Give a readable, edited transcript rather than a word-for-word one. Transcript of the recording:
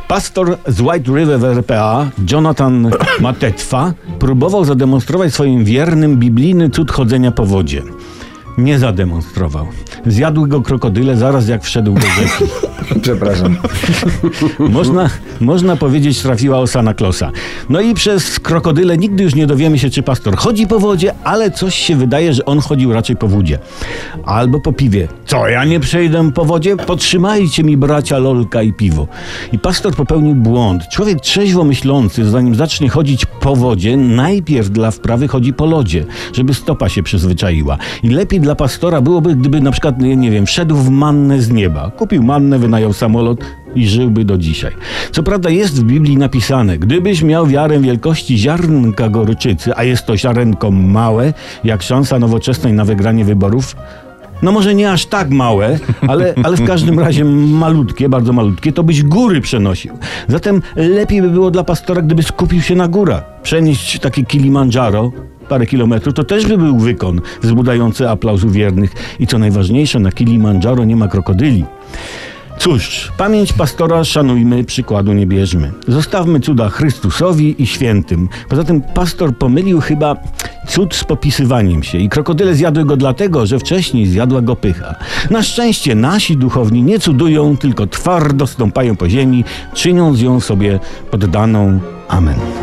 Pastor z White River w RPA, Jonathan Matetwa, próbował zademonstrować swoim wiernym biblijny cud chodzenia po wodzie. Nie zademonstrował. Zjadły go krokodyle zaraz jak wszedł do rzeki. Przepraszam. Można powiedzieć, trafiła osa na klosa. No i przez krokodyle nigdy już nie dowiemy się, czy pastor chodzi po wodzie, ale coś się wydaje, że on chodził raczej po wódzie. Albo po piwie. Co, ja nie przejdę po wodzie? Potrzymajcie mi, bracia, lolka i piwo. I pastor popełnił błąd. Człowiek trzeźwo myślący, zanim zacznie chodzić po wodzie, najpierw dla wprawy chodzi po lodzie, żeby stopa się przyzwyczaiła. I lepiej dla pastora byłoby, gdyby na przykład, nie wiem, wszedł w mannę z nieba. Kupił mannę, wynajął samolot i żyłby do dzisiaj. Co prawda jest w Biblii napisane, gdybyś miał wiarę wielkości ziarnka gorczycy, a jest to ziarenko małe, jak szansa nowoczesnej na wygranie wyborów, no może nie aż tak małe, ale w każdym razie malutkie, bardzo malutkie, to byś góry przenosił. Zatem lepiej by było dla pastora, gdyby skupił się na górach. Przenieść takie Kilimandżaro, parę kilometrów, to też by był wykon wzbudzający aplauz u wiernych. I co najważniejsze, na Kilimandżaro nie ma krokodyli. Cóż, pamięć pastora szanujmy, przykładu nie bierzmy. Zostawmy cuda Chrystusowi i świętym. Poza tym pastor pomylił chyba cud z popisywaniem się i krokodyle zjadły go dlatego, że wcześniej zjadła go pycha. Na szczęście nasi duchowni nie cudują, tylko twardo stąpają po ziemi, czyniąc ją sobie poddaną. Amen.